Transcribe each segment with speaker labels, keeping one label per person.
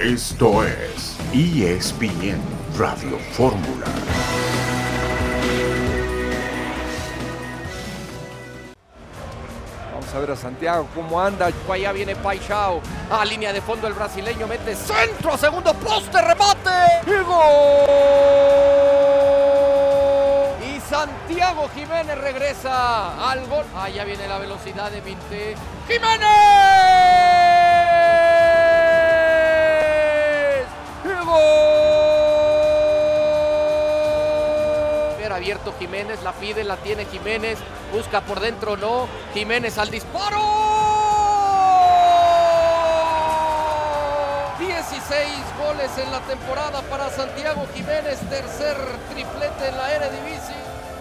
Speaker 1: Esto es ESPN Radio Fórmula.
Speaker 2: Vamos a ver a Santiago cómo anda. Allá viene Paixão. A línea de fondo el brasileño mete centro a segundo poste, remate. ¡Y gol! Y Santiago Jiménez regresa al gol. Allá viene la velocidad de Vinte. ¡Jiménez! ¡Y gol! Abierto Jiménez, la pide, la tiene Jiménez, busca por dentro, no, Jiménez al disparo. 16 goles en la temporada para Santiago Jiménez, tercer triplete en la Eredivisie.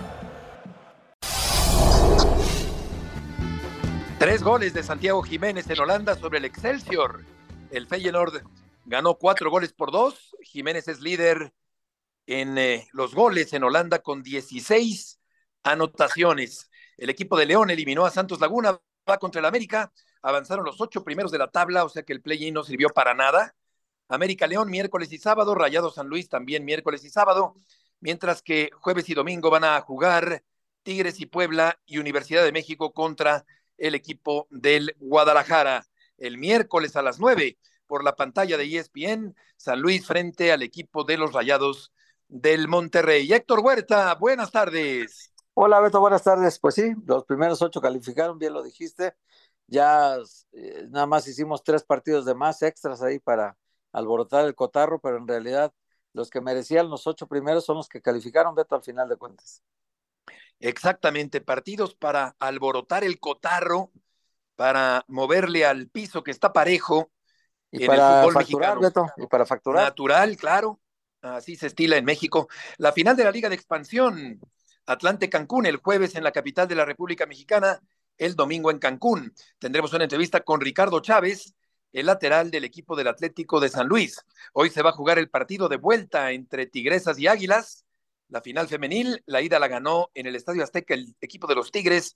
Speaker 3: 3 goles de Santiago Jiménez en Holanda sobre el Excelsior. El Feyenoord ganó 4-2. Jiménez es líder en los goles en Holanda con 16 anotaciones. El equipo de León eliminó a Santos Laguna, va contra el América, avanzaron los 8 primeros de la tabla, o sea que el play-in no sirvió para nada. América León miércoles y sábado, Rayados San Luis también miércoles y sábado, mientras que jueves y domingo van a jugar Tigres y Puebla y Universidad de México contra el equipo del Guadalajara. El miércoles a las 9 por la pantalla de ESPN, San Luis frente al equipo de los Rayados del Monterrey. Héctor Huerta, buenas tardes.
Speaker 4: Hola Beto, buenas tardes. Pues sí, los primeros 8 calificaron, bien lo dijiste. Ya nada más hicimos 3 partidos de más extras ahí para alborotar el cotarro, pero en realidad los que merecían los 8 primeros son los que calificaron, Beto, al final de cuentas.
Speaker 3: Exactamente, partidos para alborotar el cotarro, para moverle al piso que está parejo
Speaker 4: y
Speaker 3: en
Speaker 4: para
Speaker 3: el fútbol
Speaker 4: facturar,
Speaker 3: mexicano.
Speaker 4: Beto, y para facturar.
Speaker 3: Natural, claro. Así se estila en México. La final de la Liga de Expansión, Atlante-Cancún, el jueves en la capital de la República Mexicana, el domingo en Cancún. Tendremos una entrevista con Ricardo Chávez, el lateral del equipo del Atlético de San Luis. Hoy se va a jugar el partido de vuelta entre Tigresas y Águilas. La final femenil, la ida la ganó en el Estadio Azteca el equipo de los Tigres,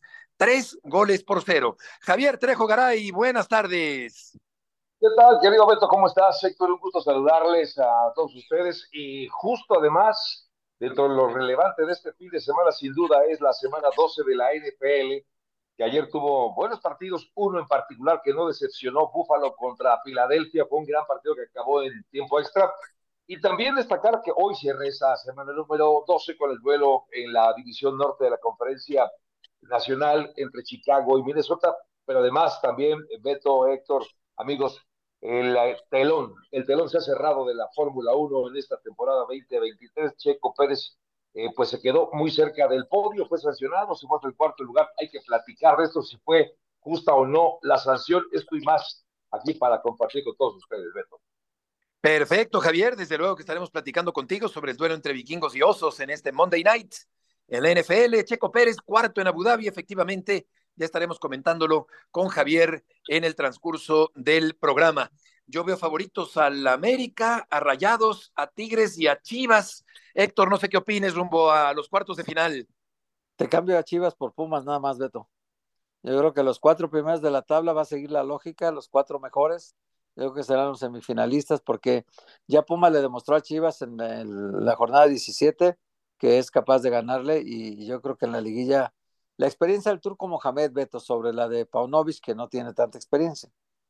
Speaker 3: 3-0. Javier Trejo Garay, buenas tardes.
Speaker 5: ¿Qué tal, querido Beto? ¿Cómo estás, Héctor? Un gusto saludarles a todos ustedes. Y justo además, dentro de lo relevante de este fin de semana, sin duda, es la semana 12 de la NFL, que ayer tuvo buenos partidos, uno en particular que no decepcionó, Buffalo contra Filadelfia, fue un gran partido que acabó en tiempo extra. Y también destacar que hoy cierra esa semana número 12 con el duelo en la división norte de la Conferencia Nacional entre Chicago y Minnesota, pero además también, Beto, Héctor, amigos, el telón se ha cerrado de la Fórmula 1 en esta temporada 2023. Checo Pérez pues se quedó muy cerca del podio, fue sancionado, se fue hasta el 4º lugar. Hay que platicar de esto, si fue justa o no la sanción, esto y más aquí para compartir con todos ustedes, Beto.
Speaker 3: Perfecto, Javier, desde luego que estaremos platicando contigo sobre el duelo entre vikingos y osos en este Monday Night en la NFL. Checo Pérez, 4º en Abu Dhabi, efectivamente. Ya estaremos comentándolo con Javier en el transcurso del programa. Yo veo favoritos al América, a Rayados, a Tigres y a Chivas. Héctor, no sé qué opines rumbo a los cuartos de final.
Speaker 4: Te cambio a Chivas por Pumas nada más, Beto. Yo creo que los 4 primeros de la tabla va a seguir la lógica, los 4 mejores. Yo creo que serán los semifinalistas porque ya Pumas le demostró a Chivas en la jornada 17 que es capaz de ganarle y yo creo que en la liguilla la experiencia del Turco Mohamed, Beto, sobre la de Paunovic, que no tiene tanta experiencia.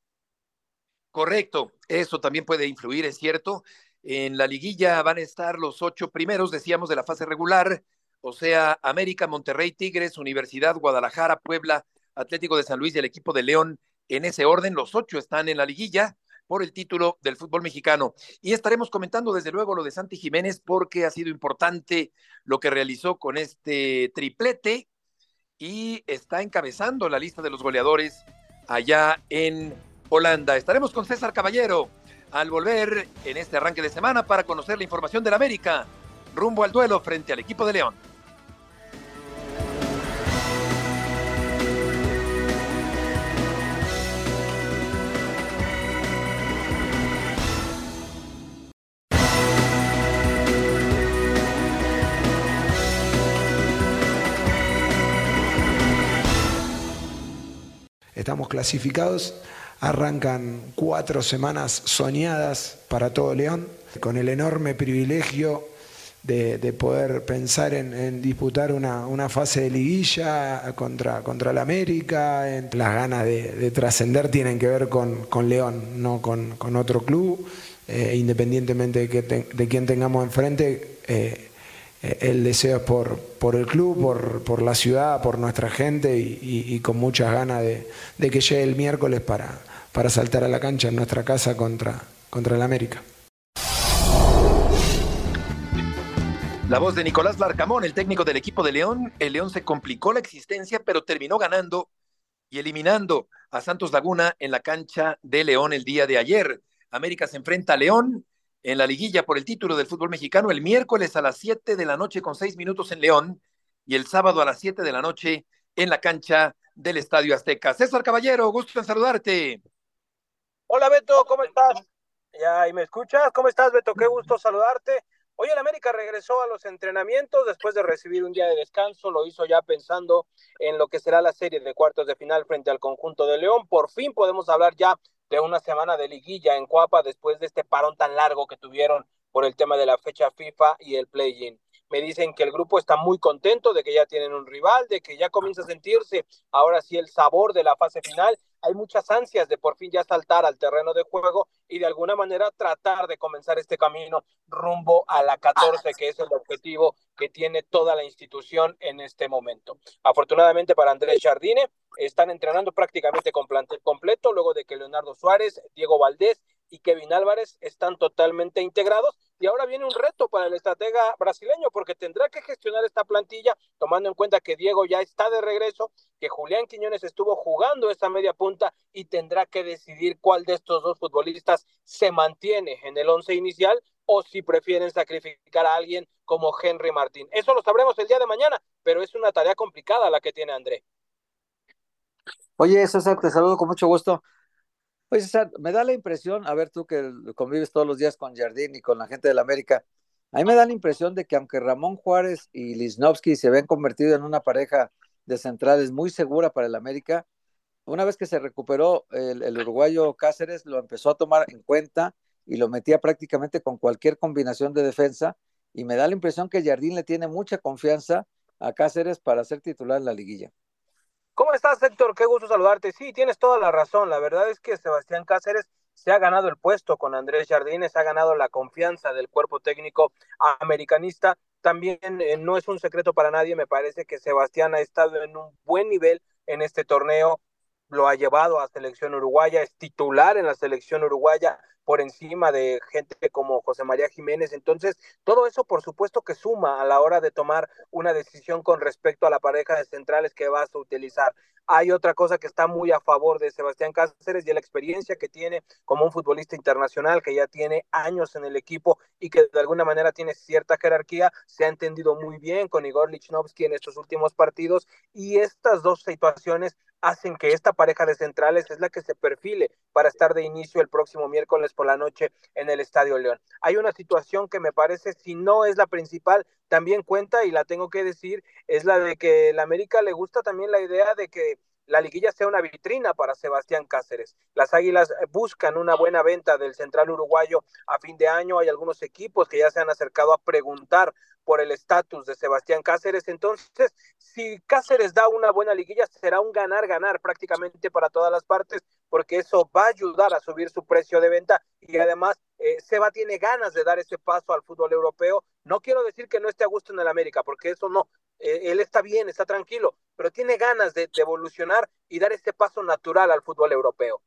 Speaker 3: Correcto, eso también puede influir, es cierto. En la liguilla van a estar los 8 primeros, decíamos, de la fase regular, o sea, América, Monterrey, Tigres, Universidad, Guadalajara, Puebla, Atlético de San Luis y el equipo de León. En ese orden, los 8 están en la liguilla por el título del fútbol mexicano. Y estaremos comentando desde luego lo de Santi Jiménez porque ha sido importante lo que realizó con este triplete y está encabezando la lista de los goleadores allá en Holanda. Estaremos con César Caballero al volver en este arranque de semana para conocer la información del América rumbo al duelo frente al equipo de León.
Speaker 6: Estamos clasificados Arrancan 4 semanas soñadas para todo León, con el enorme privilegio de poder pensar en disputar una fase de liguilla contra el América. Las ganas de trascender tienen que ver con León, no con otro club. Independientemente de quién tengamos enfrente, el deseo es por el club, por la ciudad, por nuestra gente y con muchas ganas de que llegue el miércoles para saltar a la cancha en nuestra casa contra el América.
Speaker 3: La voz de Nicolás Larcamón, el técnico del equipo de León. El León se complicó la existencia, pero terminó ganando y eliminando a Santos Laguna en la cancha de León el día de ayer. América se enfrenta a León en la liguilla por el título del fútbol mexicano el miércoles a las 7 de la noche con 6 minutos en León y el sábado a las 7 de la noche en la cancha del Estadio Azteca. César Caballero, gusto en saludarte.
Speaker 7: Hola Beto, ¿cómo estás? ¿Ya ahí me escuchas? ¿Cómo estás, Beto? Qué gusto saludarte. Hoy el América regresó a los entrenamientos después de recibir un día de descanso. Lo hizo ya pensando en lo que será la serie de cuartos de final frente al conjunto de León. Por fin podemos hablar ya de una semana de liguilla en Cuapa después de este parón tan largo que tuvieron por el tema de la fecha FIFA y el play-in. Me dicen que el grupo está muy contento de que ya tienen un rival, de que ya comienza a sentirse ahora sí el sabor de la fase final. Hay muchas ansias de por fin ya saltar al terreno de juego y de alguna manera tratar de comenzar este camino rumbo a la 14, que es el objetivo que tiene toda la institución en este momento. Afortunadamente para Andrés Jardine, están entrenando prácticamente con plantel completo, luego de que Leonardo Suárez, Diego Valdés y Kevin Álvarez están totalmente integrados. Y ahora viene un reto para el estratega brasileño, porque tendrá que gestionar esta plantilla, tomando en cuenta que Diego ya está de regreso, que Julián Quiñones estuvo jugando esa media punta y tendrá que decidir cuál de estos dos futbolistas se mantiene en el once inicial o si prefieren sacrificar a alguien como Henry Martín. Eso lo sabremos el día de mañana, pero es una tarea complicada la que tiene André.
Speaker 4: Oye, César, te saludo con mucho gusto. Oye, César, me da la impresión, a ver tú que convives todos los días con Jardín y con la gente del América, a mí me da la impresión de que aunque Ramón Juárez y Lichnowsky se habían convertido en una pareja de centrales muy segura para el América, una vez que se recuperó el uruguayo Cáceres, lo empezó a tomar en cuenta y lo metía prácticamente con cualquier combinación de defensa, y me da la impresión que Jardín le tiene mucha confianza a Cáceres para ser titular en la liguilla.
Speaker 7: ¿Cómo estás, Héctor? Qué gusto saludarte. Sí, tienes toda la razón. La verdad es que Sebastián Cáceres se ha ganado el puesto con Andrés Jardines, ha ganado la confianza del cuerpo técnico americanista. También no es un secreto para nadie, me parece que Sebastián ha estado en un buen nivel en este torneo, lo ha llevado a selección uruguaya, es titular en la selección uruguaya por encima de gente como José María Jiménez. Entonces, todo eso por supuesto que suma a la hora de tomar una decisión con respecto a la pareja de centrales que vas a utilizar. Hay otra cosa que está muy a favor de Sebastián Cáceres y la experiencia que tiene como un futbolista internacional que ya tiene años en el equipo y que de alguna manera tiene cierta jerarquía. Se ha entendido muy bien con Igor Lichnowsky en estos últimos partidos, y estas dos situaciones hacen que esta pareja de centrales es la que se perfile para estar de inicio el próximo miércoles por la noche en el Estadio León. Hay una situación que me parece, si no es la principal, también cuenta, y la tengo que decir, es la de que la América le gusta también la idea de que la liguilla sea una vitrina para Sebastián Cáceres. Las Águilas buscan una buena venta del central uruguayo a fin de año. Hay algunos equipos que ya se han acercado a preguntar por el estatus de Sebastián Cáceres. Entonces, si Cáceres da una buena liguilla, será un ganar-ganar prácticamente para todas las partes, porque eso va a ayudar a subir su precio de venta, y además Seba tiene ganas de dar ese paso al fútbol europeo. No quiero decir que no esté a gusto en el América, porque eso no, él está bien, está tranquilo, pero tiene ganas de evolucionar y dar ese paso natural al fútbol europeo.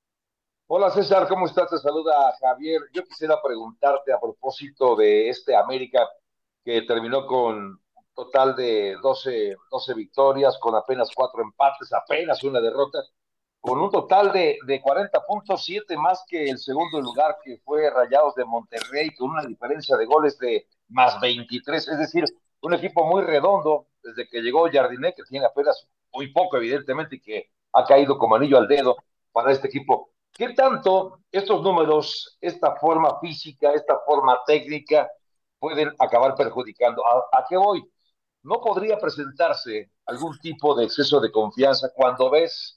Speaker 5: Hola César, ¿cómo estás? Te saluda Javier. Yo quisiera preguntarte a propósito de este América que terminó con un total de doce victorias, con apenas 4 empates, apenas una derrota, con un total de 40 puntos, 7 más que el segundo lugar, que fue Rayados de Monterrey, con una diferencia de goles de más 23. Es decir, un equipo muy redondo desde que llegó Jardiné, que tiene apenas muy poco, evidentemente, y que ha caído como anillo al dedo para este equipo. ¿Qué tanto estos números, esta forma física, esta forma técnica, pueden acabar perjudicando? ¿A qué voy? ¿No podría presentarse algún tipo de exceso de confianza cuando ves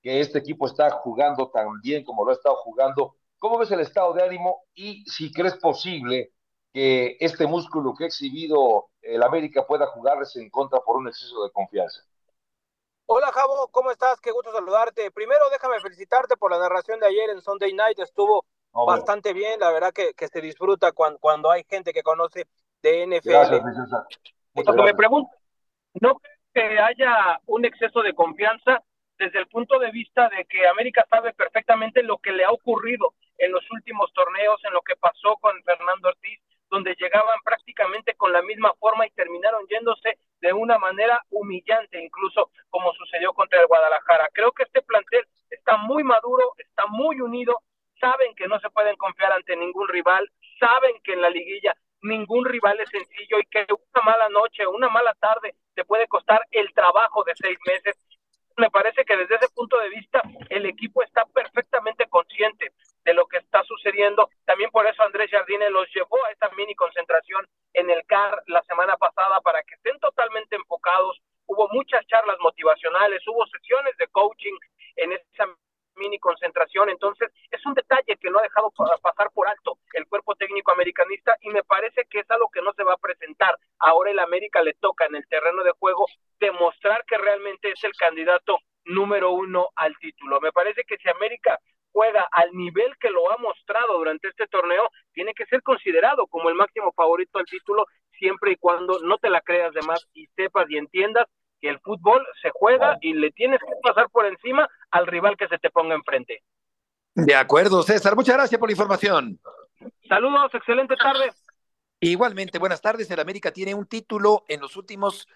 Speaker 5: que este equipo está jugando tan bien como lo ha estado jugando. ¿Cómo ves el estado de ánimo y si crees posible que este músculo que ha exhibido el América pueda jugarles en contra por un exceso de confianza?
Speaker 7: Hola Javo, ¿cómo estás? Qué gusto saludarte. Primero déjame felicitarte por la narración de ayer en Sunday Night, estuvo
Speaker 5: Hombre,
Speaker 7: bastante bien, la verdad que se disfruta cuando hay gente que conoce de
Speaker 5: gracias,
Speaker 7: NFL.
Speaker 5: mi César. Muchas
Speaker 7: Lo que me
Speaker 5: gracias.
Speaker 7: pregunto, ¿no creo que haya un exceso de confianza desde el punto de vista de que América sabe perfectamente lo que le ha ocurrido en los últimos torneos, en lo que pasó con Fernando Ortiz, donde llegaban prácticamente con la misma forma y terminaron yéndose de una manera humillante, incluso como sucedió contra el Guadalajara? Creo que este plantel está muy maduro, está muy unido, saben que no se pueden confiar ante ningún rival, saben que en la liguilla ningún rival es sencillo y que una mala noche, una mala tarde te puede costar el trabajo de 6 meses. Me parece que desde ese punto de vista el equipo está perfectamente consciente de lo que está sucediendo. También por eso Andrés Jardine los llevó a esta mini concentración en el CAR la semana pasada para que estén totalmente enfocados. Hubo muchas charlas motivacionales, hubo sesiones de coaching en esa mini concentración. Entonces es un detalle que no ha dejado pasar por alto el cuerpo técnico americanista y me parece que es algo que no se va a presentar. Ahora el América le toca en el terreno de juego demostrar que realmente es el candidato número 1 al título. Me parece que si América juega al nivel que lo ha mostrado durante este torneo, tiene que ser considerado como el máximo favorito al título, siempre y cuando no te la creas de más y sepas y entiendas que el fútbol se juega y le tienes que pasar por encima al rival que se te ponga enfrente.
Speaker 3: De acuerdo, César. Muchas gracias por la información.
Speaker 7: Saludos, excelente tarde.
Speaker 3: Igualmente, buenas tardes. El América tiene un título en los últimos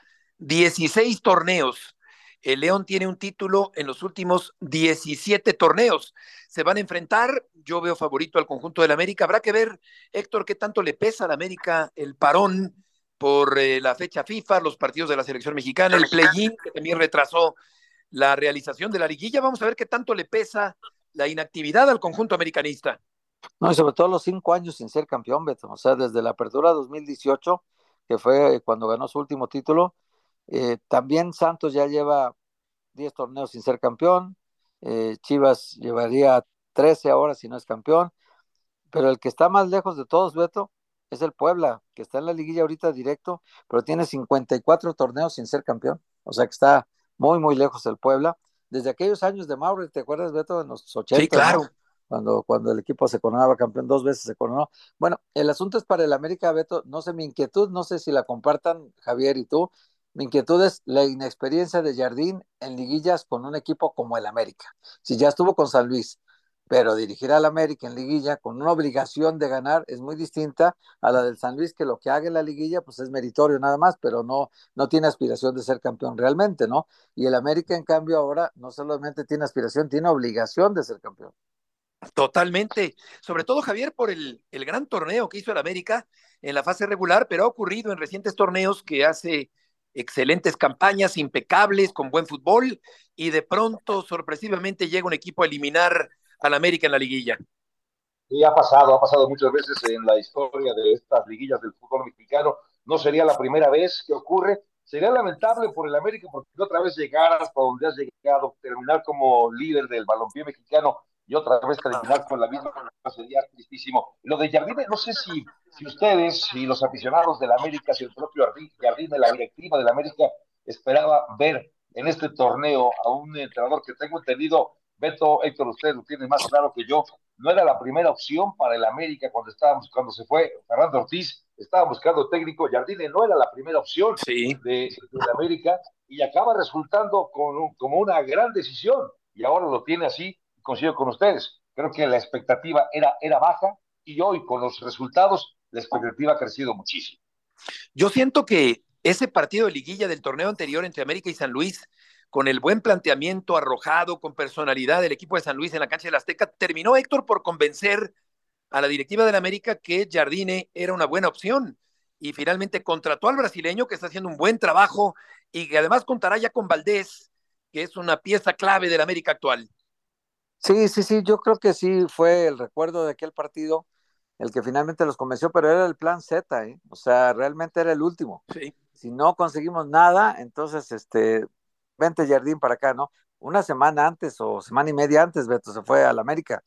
Speaker 3: 16 torneos. El León tiene un título en los últimos 17 torneos. Se van a enfrentar. Yo veo favorito al conjunto del América. Habrá que ver, Héctor, qué tanto le pesa al América el parón por la fecha FIFA, los partidos de la selección mexicana, el play-in, que también retrasó la realización de la liguilla. Vamos a ver qué tanto le pesa la inactividad al conjunto americanista.
Speaker 4: No, y sobre todo los 5 años sin ser campeón, Beto. O sea, desde la apertura 2018, que fue cuando ganó su último título, también Santos ya lleva 10 torneos sin ser campeón. Chivas llevaría 13 ahora si no es campeón. Pero el que está más lejos de todos, Beto, es el Puebla, que está en la liguilla ahorita directo, pero tiene 54 torneos sin ser campeón. O sea que está muy, muy lejos el Puebla. Desde aquellos años de Mauro, ¿te acuerdas, Beto? En los
Speaker 3: Sí,
Speaker 4: 80, ¿no?
Speaker 3: claro.
Speaker 4: Cuando el equipo se coronaba campeón 2 veces, se coronó. Bueno, el asunto es para el América, Beto. No sé, mi inquietud, no sé si la compartan Javier y tú. Mi inquietud es la inexperiencia de Jardín en liguillas con un equipo como el América. Si ya estuvo con San Luis, pero dirigir al América en liguilla con una obligación de ganar es muy distinta a la del San Luis, que lo que haga en la liguilla pues es meritorio nada más, pero no tiene aspiración de ser campeón realmente, ¿no? Y el América, en cambio, ahora no solamente tiene aspiración, tiene obligación de ser campeón.
Speaker 3: Totalmente. Sobre todo, Javier, por el gran torneo que hizo el América en la fase regular, pero ha ocurrido en recientes torneos que hace excelentes campañas, impecables, con buen fútbol, y de pronto, sorpresivamente, llega un equipo a eliminar al América en la liguilla.
Speaker 5: Y ha pasado muchas veces en la historia de estas liguillas del fútbol mexicano. No sería la primera vez que ocurre. Sería lamentable por el América porque otra vez llegar hasta donde has llegado, terminar como líder del balompié mexicano y otra vez terminar con la misma, sería tristísimo. Lo de Jardine, no sé si ustedes, si los aficionados del América, si el propio Jardine, la directiva del América, esperaba ver en este torneo a un entrenador que tengo entendido, Beto, Héctor, ustedes lo tienen más claro que yo, no era la primera opción para el América cuando se fue Fernando Ortiz, estaba buscando técnico, Jardine no era la primera opción
Speaker 3: Sí.
Speaker 5: de América y acaba resultando como una gran decisión y ahora lo tiene así, coincido con ustedes. Creo que la expectativa era baja y hoy con los resultados la expectativa ha crecido muchísimo.
Speaker 3: Yo siento que ese partido de liguilla del torneo anterior entre América y San Luis, con el buen planteamiento arrojado, con personalidad del equipo de San Luis en la cancha del Azteca, terminó, Héctor, por convencer a la directiva del América que Jardine era una buena opción y finalmente contrató al brasileño que está haciendo un buen trabajo y que además contará ya con Valdés, que es una pieza clave del América actual.
Speaker 4: Sí, sí, sí, yo creo que sí fue el recuerdo de aquel partido el que finalmente los convenció, pero era el plan Z, ¿eh? O sea, realmente era el último.
Speaker 3: Sí.
Speaker 4: Si no conseguimos nada, entonces, vente Jardín para acá, ¿no? una semana antes o semana y media antes, Beto, se fue al América.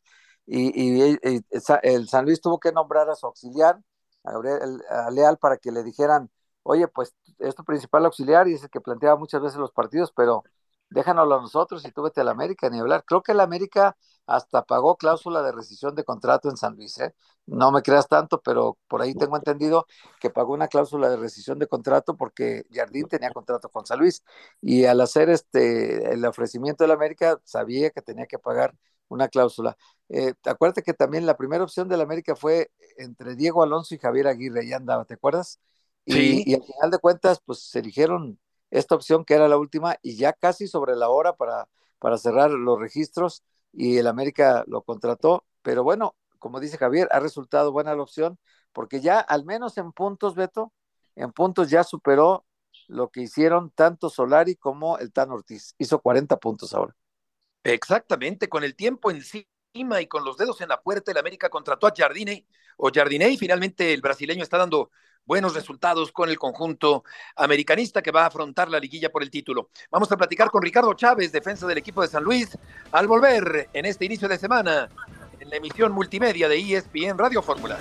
Speaker 4: El San Luis tuvo que nombrar a su auxiliar, a Leal, para que le dijeran, oye, pues es tu principal auxiliar y es el que planteaba muchas veces los partidos, pero déjanoslo a nosotros y tú vete al América, ni hablar. Creo que el América hasta pagó cláusula de rescisión de contrato en San Luis, ¿eh? No me creas tanto, pero por ahí tengo entendido que pagó una cláusula de rescisión de contrato porque Jardín tenía contrato con San Luis y al hacer el ofrecimiento del América sabía que tenía que pagar una cláusula. Acuérdate que también la primera opción del América fue entre Diego Alonso y Javier Aguirre, ya andaba, ¿te acuerdas?
Speaker 3: Sí,
Speaker 4: Y al final de cuentas, pues se eligieron esta opción que era la última y ya casi sobre la hora para cerrar los registros y el América lo contrató, pero bueno, como dice Javier, ha resultado buena la opción porque ya al menos en puntos, Beto, en puntos ya superó lo que hicieron tanto Solari como el Tan Ortiz. Hizo 40 puntos ahora.
Speaker 3: exactamente, con el tiempo encima y con los dedos en la puerta, el América contrató a Jardiné y finalmente el brasileño está dando buenos resultados con el conjunto americanista que va a afrontar la liguilla por el título. Vamos a platicar con Ricardo Chávez, defensa del equipo de San Luis, al volver en este inicio de semana en la emisión multimedia de ESPN Radio Fórmula.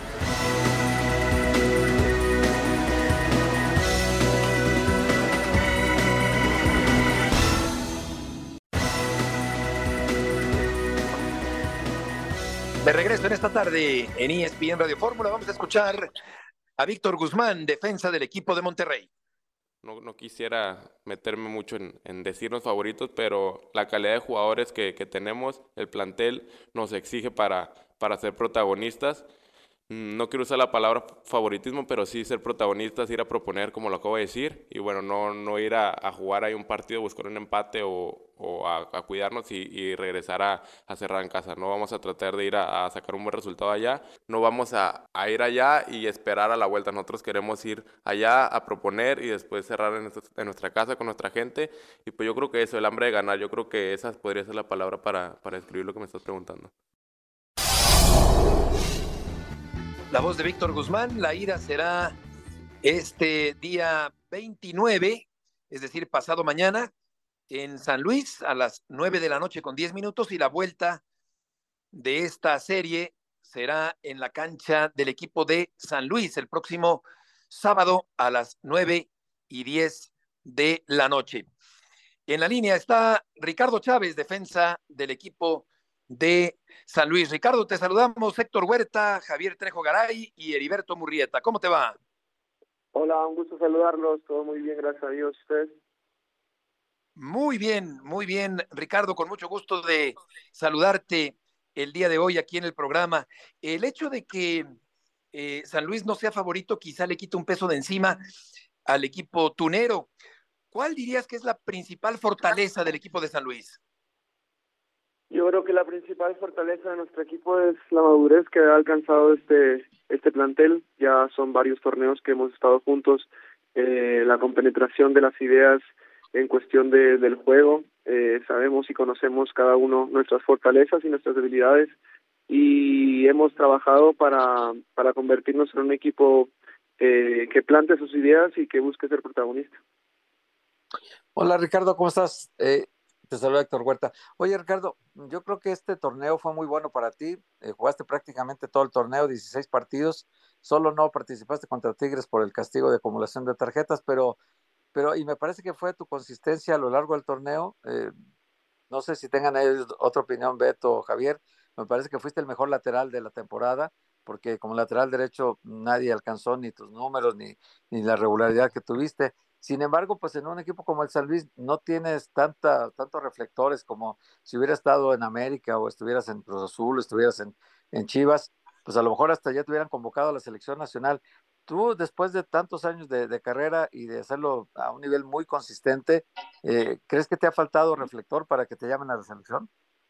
Speaker 3: De regreso en esta tarde en ESPN Radio Fórmula, vamos a escuchar a Víctor Guzmán, defensa del equipo de Monterrey.
Speaker 8: No quisiera meterme mucho en decirnos favoritos, pero la calidad de jugadores que tenemos, el plantel nos exige para ser protagonistas. No quiero usar la palabra favoritismo, pero sí ser protagonistas, ir a proponer, como lo acabo de decir, y bueno, no ir a jugar ahí un partido, buscar un empate o a cuidarnos y regresar a cerrar en casa. No vamos a tratar de ir a sacar un buen resultado allá, no vamos a ir allá y esperar a la vuelta. Nosotros queremos ir allá a proponer y después cerrar en nuestra casa con nuestra gente, y pues yo creo que eso, el hambre de ganar, yo creo que esa podría ser la palabra para describir lo que me estás preguntando.
Speaker 3: La voz de Víctor Guzmán, la ida será este día 29, es decir, pasado mañana, en San Luis a las 9 de la noche con 10 minutos y la vuelta de esta serie será en la cancha del equipo de San Luis el próximo sábado a las 9:10 de la noche. En la línea está Ricardo Chávez, defensa del equipo de San Luis. Ricardo, te saludamos. Héctor Huerta, Javier Trejo Garay y Heriberto Murrieta. ¿Cómo te va?
Speaker 9: Hola, un gusto saludarlos. Todo muy bien, gracias a Dios. ¿Usted?
Speaker 3: Muy bien, Ricardo, con mucho gusto de saludarte el día de hoy aquí en el programa. El hecho de que San Luis no sea favorito quizá le quita un peso de encima al equipo tunero. ¿Cuál dirías que es la principal fortaleza del equipo de San Luis?
Speaker 9: Yo creo que la principal fortaleza de nuestro equipo es la madurez que ha alcanzado este plantel. Ya son varios torneos que hemos estado juntos, la compenetración de las ideas en cuestión del juego. Sabemos y conocemos cada uno nuestras fortalezas y nuestras debilidades y hemos trabajado para convertirnos en un equipo que plante sus ideas y que busque ser protagonista.
Speaker 4: Hola Ricardo, ¿cómo estás? Te saluda Héctor Huerta. Oye Ricardo, yo creo que este torneo fue muy bueno para ti. Jugaste prácticamente todo el torneo, 16 partidos. Solo no participaste contra Tigres por el castigo de acumulación de tarjetas, pero y me parece que fue tu consistencia a lo largo del torneo. No sé si tengan ellos otra opinión, Beto o Javier. Me parece que fuiste el mejor lateral de la temporada, porque como lateral derecho nadie alcanzó ni tus números ni la regularidad que tuviste. Sin embargo, pues en un equipo como el San Luis no tienes tantos reflectores como si hubiera estado en América o estuvieras en Cruz Azul o estuvieras en Chivas, pues a lo mejor hasta ya te hubieran convocado a la selección nacional. Tú, después de tantos años de carrera y de hacerlo a un nivel muy consistente, ¿crees que te ha faltado reflector para que te llamen a la selección?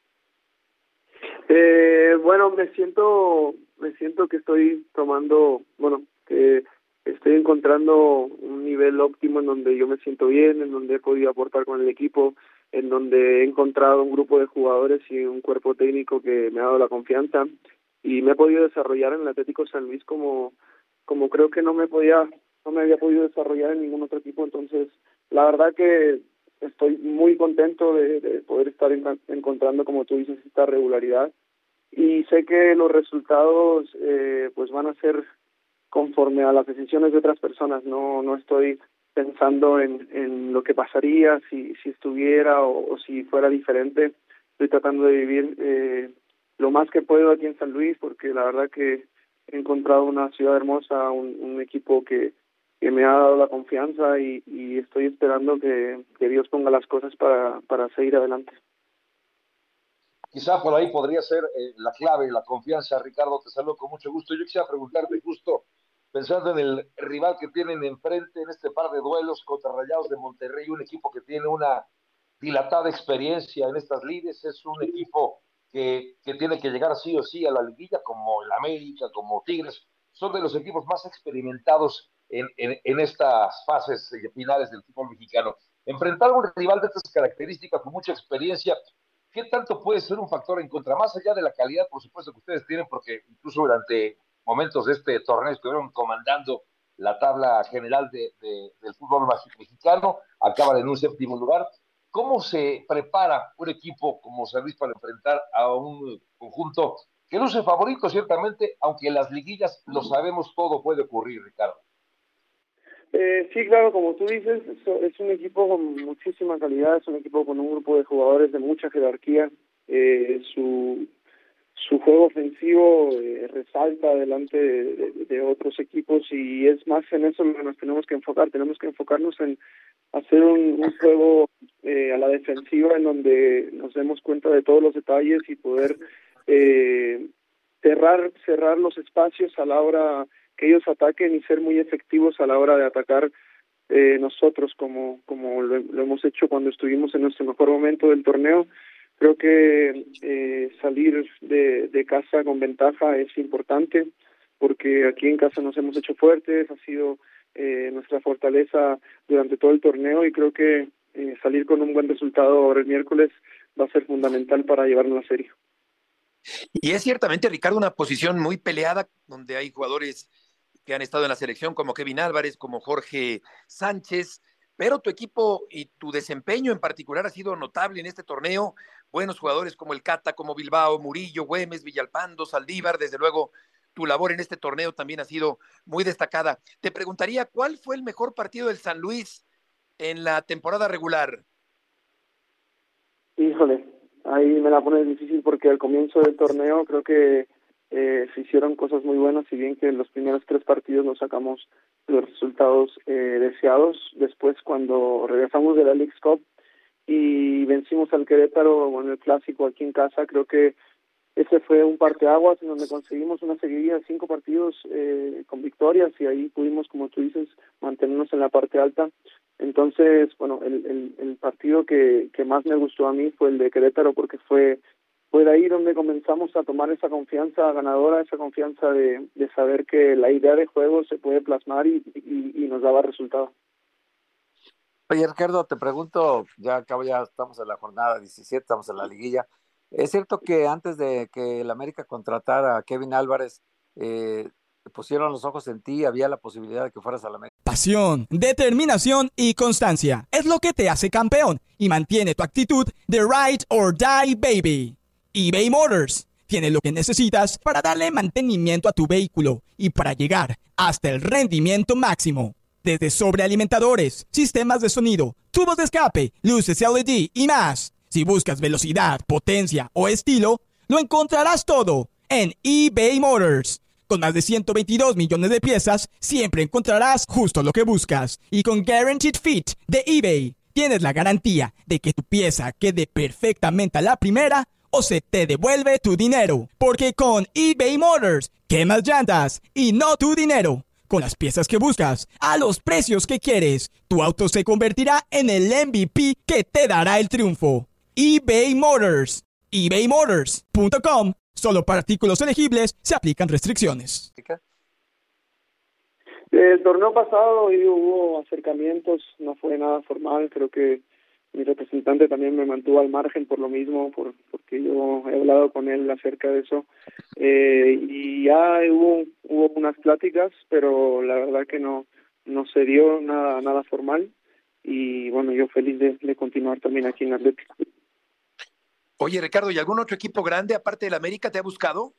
Speaker 9: Bueno, me siento que estoy que estoy encontrando un nivel óptimo en donde yo me siento bien, en donde he podido aportar con el equipo, en donde he encontrado un grupo de jugadores y un cuerpo técnico que me ha dado la confianza y me he podido desarrollar en el Atlético San Luis como creo que no me había podido desarrollar en ningún otro equipo. Entonces la verdad que estoy muy contento de poder estar encontrando, como tú dices, esta regularidad, y sé que los resultados pues van a ser conforme a las decisiones de otras personas. No estoy pensando en lo que pasaría si estuviera o si fuera diferente. Estoy tratando de vivir lo más que puedo aquí en San Luis, porque la verdad que he encontrado una ciudad hermosa, un equipo que me ha dado la confianza, y estoy esperando que Dios ponga las cosas para seguir adelante.
Speaker 5: Quizá por ahí podría ser la clave, la confianza. Ricardo, te saludo con mucho gusto. Yo quisiera preguntarte, justo pensando en el rival que tienen enfrente en este par de duelos contra Rayados de Monterrey, un equipo que tiene una dilatada experiencia en estas lides, es un equipo que tiene que llegar sí o sí a la liguilla, como el América, como Tigres, son de los equipos más experimentados en estas fases finales del fútbol mexicano. Enfrentar a un rival de estas características con mucha experiencia, ¿qué tanto puede ser un factor en contra? Más allá de la calidad, por supuesto, que ustedes tienen, porque incluso durante momentos de este torneo estuvieron comandando la tabla general del fútbol mexicano, acaban en un séptimo lugar. ¿Cómo se prepara un equipo como San Luis para enfrentar a un conjunto que luce favorito, ciertamente, aunque en las liguillas lo sabemos, todo puede ocurrir, Ricardo?
Speaker 9: Sí, claro, como tú dices, es un equipo con muchísima calidad, es un equipo con un grupo de jugadores de mucha jerarquía. Su juego ofensivo resalta delante de otros equipos, y es más en eso lo que nos tenemos que enfocar. Tenemos que enfocarnos en hacer un juego a la defensiva, en donde nos demos cuenta de todos los detalles y poder cerrar los espacios a la hora que ellos ataquen, y ser muy efectivos a la hora de atacar nosotros, como lo hemos hecho cuando estuvimos en nuestro mejor momento del torneo. Creo que salir de casa con ventaja es importante, porque aquí en casa nos hemos hecho fuertes, ha sido nuestra fortaleza durante todo el torneo, y creo que salir con un buen resultado ahora el miércoles va a ser fundamental para llevarnos la serie.
Speaker 3: Y es ciertamente, Ricardo, una posición muy peleada, donde hay jugadores que han estado en la selección, como Kevin Álvarez, como Jorge Sánchez, pero tu equipo y tu desempeño en particular ha sido notable en este torneo. Buenos jugadores como el Cata, como Bilbao, Murillo, Güemes, Villalpando, Saldívar. Desde luego, tu labor en este torneo también ha sido muy destacada. Te preguntaría, ¿cuál fue el mejor partido del San Luis en la temporada regular?
Speaker 9: Híjole, ahí me la pones difícil, porque al comienzo del torneo creo que se hicieron cosas muy buenas, si bien que en los primeros 3 partidos no sacamos los resultados deseados. Después, cuando regresamos de la Leagues Cup y vencimos al Querétaro en el clásico aquí en casa, creo que ese fue un parteaguas en donde conseguimos una seguidilla de 5 partidos con victorias, y ahí pudimos, como tú dices, mantenernos en la parte alta. Entonces, bueno, el partido que más me gustó a mí fue el de Querétaro, porque fue de ahí donde comenzamos a tomar esa confianza ganadora, esa confianza de saber que la idea de juego se puede plasmar y nos daba resultado.
Speaker 4: Oye, Ricardo, te pregunto, ya estamos en la jornada 17, estamos en la liguilla. ¿Es cierto que antes de que el América contratara a Kevin Álvarez, pusieron los ojos en ti, había la posibilidad de que fueras a la América?
Speaker 10: Pasión, determinación y constancia es lo que te hace campeón y mantiene tu actitud de ride or die, baby. eBay Motors tiene lo que necesitas para darle mantenimiento a tu vehículo y para llegar hasta el rendimiento máximo. Desde sobrealimentadores, sistemas de sonido, tubos de escape, luces LED y más. Si buscas velocidad, potencia o estilo, lo encontrarás todo en eBay Motors. Con más de 122 millones de piezas, siempre encontrarás justo lo que buscas. Y con Guaranteed Fit de eBay, tienes la garantía de que tu pieza quede perfectamente a la primera o se te devuelve tu dinero. Porque con eBay Motors, quemas llantas y no tu dinero. Con las piezas que buscas, a los precios que quieres, tu auto se convertirá en el MVP que te dará el triunfo. eBay Motors. ebaymotors.com. Solo para artículos elegibles se aplican restricciones.
Speaker 9: El torneo pasado hubo acercamientos, no fue nada formal. Creo que mi representante también me mantuvo al margen por lo mismo, porque yo he hablado con él acerca de eso. Y ya hubo unas pláticas, pero la verdad que no se dio nada formal. y bueno, yo feliz de continuar también aquí en Atlético.
Speaker 3: Oye, Ricardo, ¿y algún otro equipo grande aparte del América te ha buscado?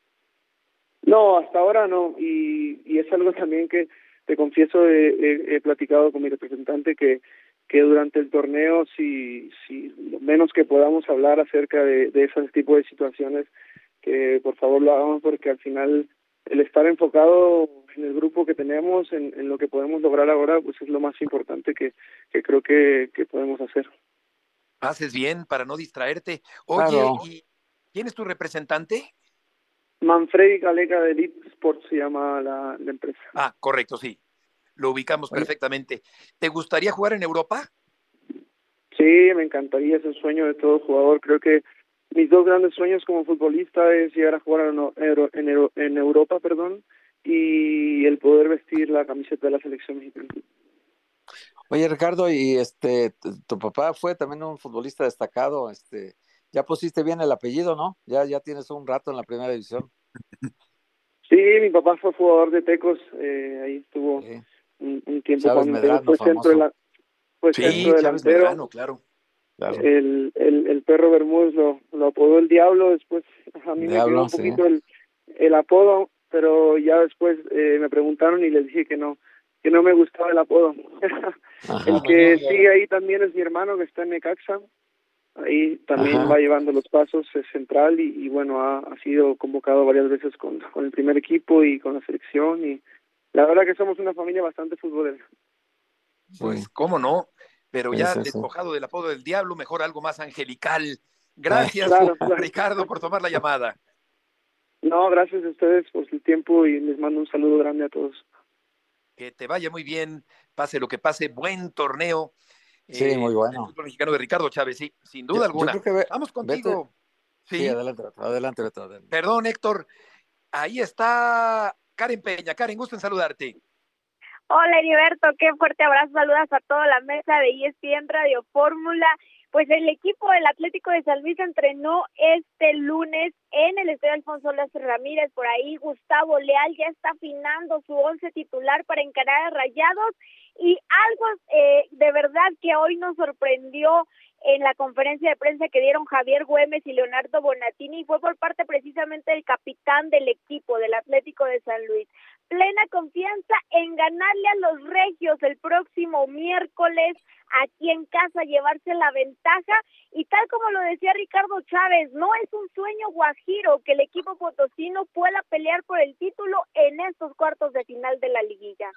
Speaker 9: No, hasta ahora no, y es algo también que te confieso, he platicado con mi representante que durante el torneo, si lo menos que podamos hablar acerca de ese tipo de situaciones, que por favor lo hagamos, porque al final el estar enfocado en el grupo que tenemos, en lo que podemos lograr ahora, pues es lo más importante que creo que podemos hacer.
Speaker 3: Haces bien para no distraerte. Oye,
Speaker 4: Claro.
Speaker 3: ¿y quién es tu representante?
Speaker 9: Manfredi Galega de Elite Sports se llama la empresa.
Speaker 3: Ah, correcto, sí. Lo ubicamos perfectamente. ¿Te gustaría jugar en Europa?
Speaker 9: Sí, me encantaría, es el sueño de todo jugador. Creo que mis dos grandes sueños como futbolista es llegar a jugar en Europa, y el poder vestir la camiseta de la selección mexicana.
Speaker 4: Oye, Ricardo, y tu papá fue también un futbolista destacado, ya pusiste bien el apellido, ¿no? Ya tienes un rato en la primera división.
Speaker 9: Sí, mi papá fue jugador de Tecos, ahí estuvo
Speaker 4: Sí.
Speaker 9: un tiempo
Speaker 4: Chávez
Speaker 9: cuando
Speaker 4: Medrano,
Speaker 9: fue centro
Speaker 3: Sí,
Speaker 9: centro
Speaker 3: Chávez
Speaker 9: delantero.
Speaker 3: Medrano, claro.
Speaker 9: El perro Bermúdez lo apodó el Diablo. Después a mí me
Speaker 4: Diablo,
Speaker 9: quedó un
Speaker 4: sí.
Speaker 9: poquito el apodo, pero ya después me preguntaron y les dije que no me gustaba el apodo. El que sigue ahí también es mi hermano, que está en Necaxa. Ahí también va llevando los pasos, es central, y bueno, ha sido convocado varias veces con el primer equipo y con la selección, y la verdad que somos una familia bastante futbolera.
Speaker 3: Pues, ¿cómo no? Pero ya
Speaker 4: Sí.
Speaker 3: despojado del apodo del Diablo, mejor algo más angelical. Gracias,
Speaker 9: Claro.
Speaker 3: Ricardo, por tomar la llamada.
Speaker 9: No, gracias a ustedes por su tiempo y les mando un saludo grande a todos.
Speaker 3: Que te vaya muy bien, pase lo que pase, buen torneo.
Speaker 4: Sí, muy bueno.
Speaker 3: El fútbol mexicano de Ricardo Chávez, sí, sin duda alguna.
Speaker 4: Yo creo que
Speaker 3: Vamos contigo.
Speaker 4: Sí, adelante, Beto.
Speaker 3: Perdón, Héctor. Ahí está Karen Peña. Karen, gusto en saludarte.
Speaker 11: Hola, Heriberto, qué fuerte abrazo, saludas a toda la mesa de ESPN Radio Fórmula. Pues el equipo del Atlético de San Luis entrenó este lunes en el Estadio Alfonso Lázaro Ramírez. Por ahí Gustavo Leal ya está afinando su 11 titular para encarar a Rayados, y algo de verdad que hoy nos sorprendió en la conferencia de prensa que dieron Javier Güemes y Leonardo Bonatini fue por parte precisamente del capitán del equipo del Atlético de San Luis. Plena confianza en ganarle a los regios el próximo miércoles aquí en casa, llevarse la ventaja, y tal como lo decía Ricardo Chávez, no es un sueño guajiro que el equipo potosino pueda pelear por el título en estos cuartos de final de la liguilla.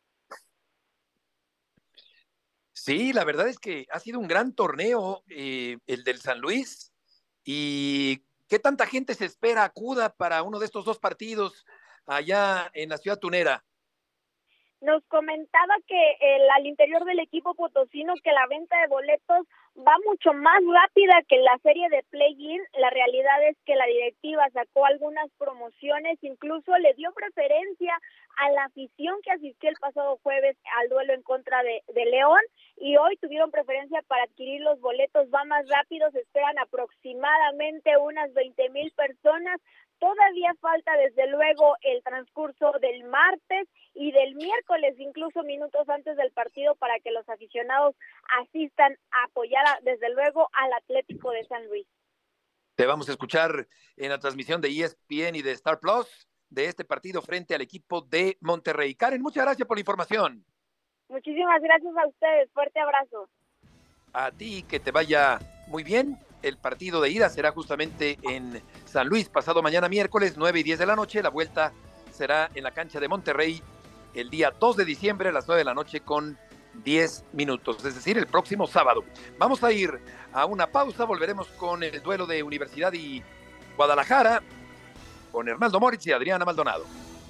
Speaker 3: Sí, la verdad es que ha sido un gran torneo el del San Luis. ¿Y qué tanta gente se espera acuda para uno de estos dos partidos allá en la ciudad tunera?
Speaker 11: Nos comentaba que al interior del equipo potosino que la venta de boletos va mucho más rápida que la serie de play-in. La realidad es que la directiva sacó algunas promociones, incluso le dio preferencia a la afición que asistió el pasado jueves al duelo en contra de León, y hoy tuvieron preferencia para adquirir los boletos. Va más rápido, se esperan aproximadamente unas 20,000 personas. Todavía falta desde luego el transcurso del martes y del miércoles, incluso minutos antes del partido, para que los aficionados asistan a apoyar desde luego al Atlético de San Luis.
Speaker 3: Te vamos a escuchar en la transmisión de ESPN y de Star Plus de este partido frente al equipo de Monterrey. Karen, muchas gracias por la información.
Speaker 11: Muchísimas gracias a ustedes, fuerte abrazo.
Speaker 3: A ti, que te vaya muy bien. El partido de ida será justamente en San Luis, pasado mañana miércoles, 9:10 de la noche. La vuelta será en la cancha de Monterrey el día 2 de diciembre a las 9 de la noche con 10 minutos, es decir, el próximo sábado. Vamos a ir a una pausa, volveremos con el duelo de Universidad y Guadalajara, con Hernaldo Moritz y Adriana Maldonado.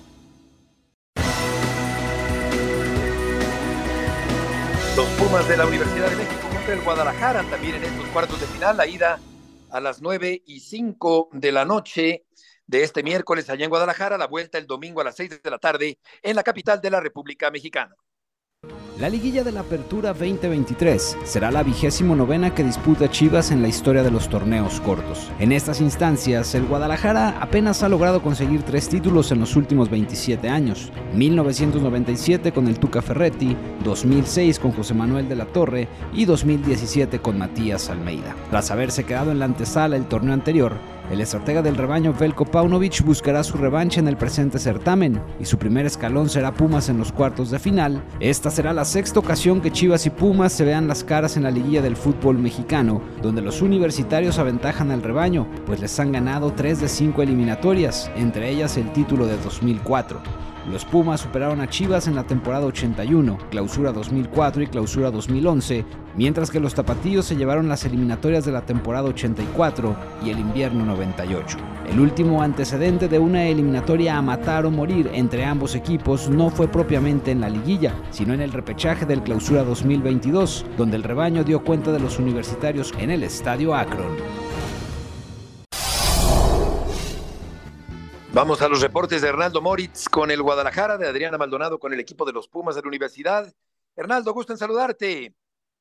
Speaker 3: Los Pumas de la Universidad de México contra el Guadalajara también en estos cuartos de final. La ida a las 9:05 de la noche de este miércoles allá en Guadalajara. La vuelta el domingo a las 6 de la tarde en la capital de la República Mexicana.
Speaker 12: La liguilla de la Apertura 2023 será la 29ª que disputa Chivas en la historia de los torneos cortos. En estas instancias, el Guadalajara apenas ha logrado conseguir 3 títulos en los últimos 27 años. 1997 con el Tuca Ferretti, 2006 con José Manuel de la Torre y 2017 con Matías Almeida. Tras haberse quedado en la antesala el torneo anterior, el estratega del rebaño Veljko Paunovic buscará su revancha en el presente certamen y su primer escalón será Pumas en los cuartos de final. Esta será la 6ª ocasión que Chivas y Pumas se vean las caras en la liguilla del fútbol mexicano, donde los universitarios aventajan al rebaño, pues les han ganado 3 de 5 eliminatorias, entre ellas el título de 2004. Los Pumas superaron a Chivas en la temporada 81, Clausura 2004 y Clausura 2011, mientras que los tapatíos se llevaron las eliminatorias de la temporada 84 y el invierno 98. El último antecedente de una eliminatoria a matar o morir entre ambos equipos no fue propiamente en la liguilla, sino en el repechaje del Clausura 2022, donde el rebaño dio cuenta de los universitarios en el Estadio Akron.
Speaker 3: Vamos a los reportes de Hernaldo Moritz con el Guadalajara, de Adriana Maldonado con el equipo de los Pumas de la Universidad. Hernaldo, gusto en saludarte.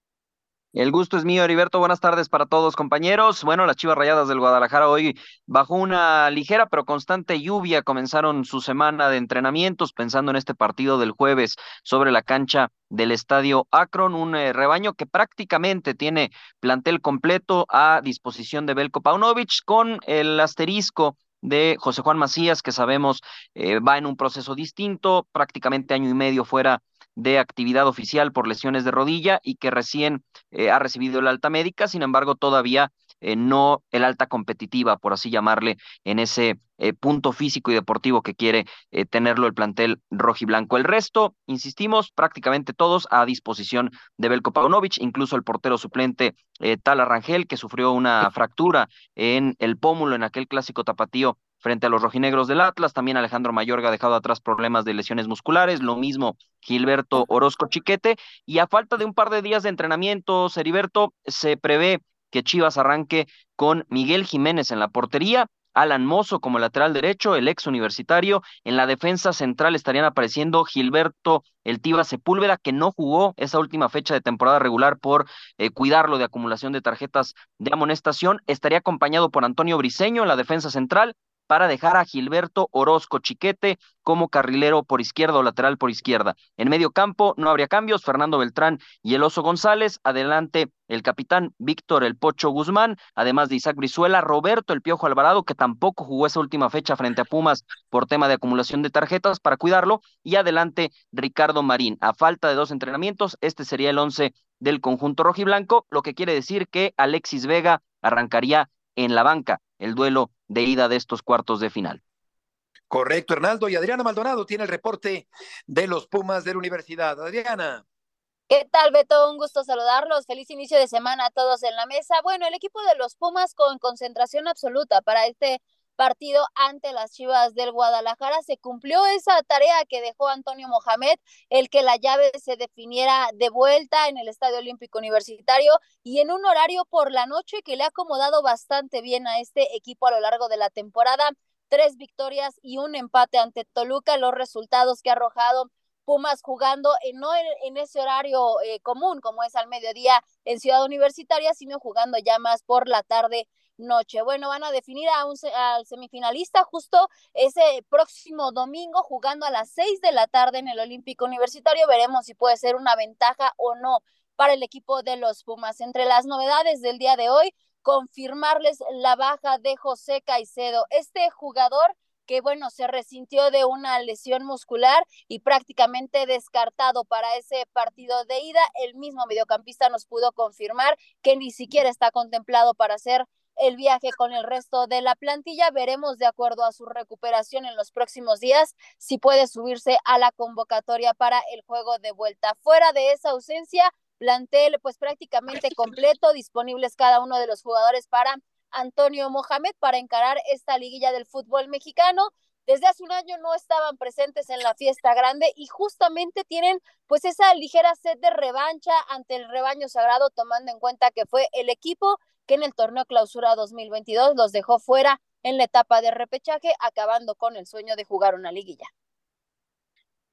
Speaker 13: El gusto es mío, Heriberto. Buenas tardes para todos, compañeros. Bueno, las Chivas Rayadas del Guadalajara hoy, bajo una ligera pero constante lluvia, comenzaron su semana de entrenamientos pensando en este partido del jueves sobre la cancha del Estadio Akron, un rebaño que prácticamente tiene plantel completo a disposición de Veljko Paunovic, con el asterisco de José Juan Macías, que sabemos va en un proceso distinto, prácticamente año y medio fuera de actividad oficial por lesiones de rodilla y que recién ha recibido el alta médica. Sin embargo, todavía no el alta competitiva, por así llamarle, en ese punto físico y deportivo que quiere tenerlo el plantel rojiblanco. El resto, insistimos, prácticamente todos a disposición de Veljko Paunovic, incluso el portero suplente Tala Rangel, que sufrió una fractura en el pómulo en aquel clásico tapatío frente a los rojinegros del Atlas. También Alejandro Mayorga ha dejado atrás problemas de lesiones musculares, lo mismo Gilberto Orozco Chiquete, y a falta de un par de días de entrenamiento, Heriberto, se prevé que Chivas arranque con Miguel Jiménez en la portería, Alan Mozo como lateral derecho, el ex universitario. En la defensa central estarían apareciendo Gilberto El Tiva Sepúlveda, que no jugó esa última fecha de temporada regular por cuidarlo de acumulación de tarjetas de amonestación. Estaría acompañado por Antonio Briseño en la defensa central, para dejar a Gilberto Orozco Chiquete como carrilero por izquierda o lateral por izquierda. En medio campo no habría cambios, Fernando Beltrán y el Oso González. Adelante el capitán Víctor El Pocho Guzmán, además de Isaac Brizuela, Roberto El Piojo Alvarado, que tampoco jugó esa última fecha frente a Pumas por tema de acumulación de tarjetas, para cuidarlo, y adelante Ricardo Marín. A falta de 2 entrenamientos, este sería el 11 del conjunto rojiblanco, lo que quiere decir que Alexis Vega arrancaría en la banca el duelo de ida de estos cuartos de final.
Speaker 3: Correcto, Hernaldo. Y Adriana Maldonado tiene el reporte de los Pumas de la Universidad. Adriana.
Speaker 14: ¿Qué tal, Beto? Un gusto saludarlos. Feliz inicio de semana a todos en la mesa. Bueno, el equipo de los Pumas con concentración absoluta para este partido ante las Chivas del Guadalajara. Se cumplió esa tarea que dejó Antonio Mohamed, el que la llave se definiera de vuelta en el Estadio Olímpico Universitario y en un horario por la noche que le ha acomodado bastante bien a este equipo a lo largo de la temporada. 3 victorias y un empate ante Toluca, los resultados que ha arrojado Pumas jugando no en ese horario común como es al mediodía en Ciudad Universitaria, sino jugando ya más por la tarde-noche. Bueno, van a definir al semifinalista justo ese próximo domingo, jugando a las 6 de la tarde en el Olímpico Universitario. Veremos si puede ser una ventaja o no para el equipo de los Pumas. Entre las novedades del día de hoy, confirmarles la baja de José Caicedo, este jugador que bueno, se resintió de una lesión muscular y prácticamente descartado para ese partido de ida. El mismo mediocampista nos pudo confirmar que ni siquiera está contemplado para hacer el viaje con el resto de la plantilla. Veremos de acuerdo a su recuperación en los próximos días si puede subirse a la convocatoria para el juego de vuelta. Fuera de esa ausencia, plantel pues prácticamente completo, disponibles cada uno de los jugadores para Antonio Mohamed para encarar esta liguilla del fútbol mexicano. Desde hace un año no estaban presentes en la fiesta grande y justamente tienen pues esa ligera sed de revancha ante el rebaño sagrado, tomando en cuenta que fue el equipo que en el torneo Clausura 2022 los dejó fuera en la etapa de repechaje, acabando con el sueño de jugar una liguilla.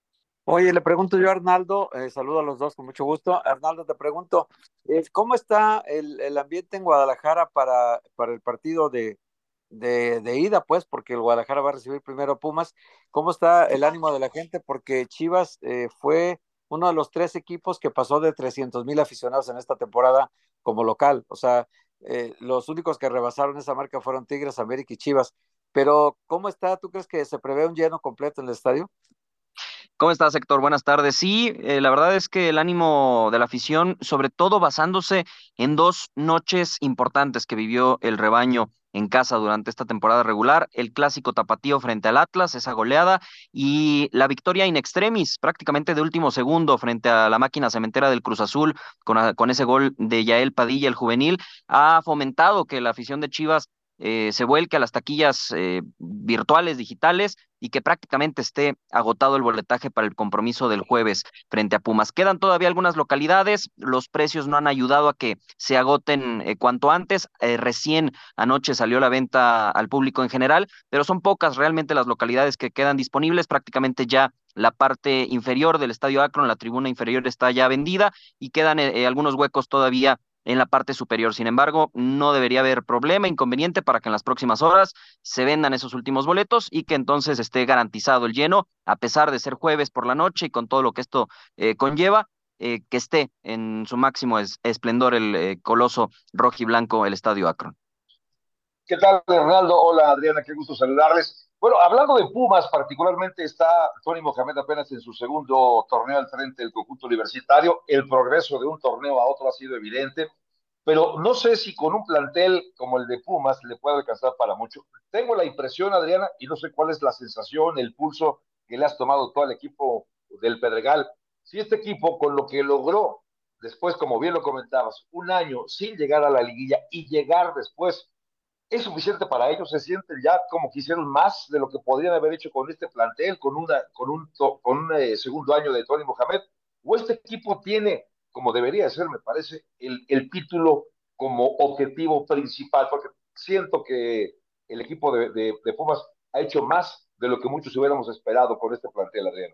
Speaker 4: Oye, le pregunto yo a Arnaldo, saludo a los dos con mucho gusto. Arnaldo, te pregunto, ¿cómo está el ambiente en Guadalajara para el partido de ida, pues, porque el Guadalajara va a recibir primero a Pumas? ¿Cómo está el ánimo de la gente? Porque Chivas fue uno de los 3 equipos que pasó de 300,000 aficionados en esta temporada como local. O sea, los únicos que rebasaron esa marca fueron Tigres, América y Chivas. Pero, ¿cómo está? ¿Tú crees que se prevé un lleno completo en el estadio?
Speaker 13: ¿Cómo estás, Héctor? Buenas tardes. Sí, la verdad es que el ánimo de la afición, sobre todo basándose en 2 noches importantes que vivió el rebaño en casa durante esta temporada regular, el clásico tapatío frente al Atlas, esa goleada, y la victoria in extremis, prácticamente de último segundo frente a la máquina cementera del Cruz Azul, con ese gol de Yael Padilla, el juvenil, ha fomentado que la afición de Chivas se vuelque a las taquillas virtuales, digitales, y que prácticamente esté agotado el boletaje para el compromiso del jueves frente a Pumas. Quedan todavía algunas localidades, los precios no han ayudado a que se agoten cuanto antes. Recién anoche salió la venta al público en general, pero son pocas realmente las localidades que quedan disponibles. Prácticamente ya la parte inferior del Estadio Akron, la tribuna inferior, está ya vendida y quedan algunos huecos todavía en la parte superior. Sin embargo, no debería haber problema, inconveniente para que en las próximas horas se vendan esos últimos boletos y que entonces esté garantizado el lleno, a pesar de ser jueves por la noche y con todo lo que esto conlleva, que esté en su máximo esplendor el coloso rojiblanco, el Estadio Akron.
Speaker 5: ¿Qué tal, Hernaldo? Hola, Adriana, qué gusto saludarles. Bueno, hablando de Pumas, particularmente está Tony Mohamed apenas en su segundo torneo al frente del conjunto universitario. El progreso de un torneo a otro ha sido evidente, pero no sé si con un plantel como el de Pumas le puede alcanzar para mucho. Tengo la impresión, Adriana, y no sé cuál es la sensación, el pulso que le has tomado todo al equipo del Pedregal. Si este equipo, con lo que logró después, como bien lo comentabas, un año sin llegar a la liguilla y llegar después, ¿es suficiente para ellos? ¿Se sienten ya como que hicieron más de lo que podrían haber hecho con este plantel, con un segundo año de Tony Mohamed? ¿O este equipo tiene, como debería ser, me parece, el título como objetivo principal? Porque siento que el equipo de Pumas ha hecho más de lo que muchos hubiéramos esperado con este plantel, Adriano.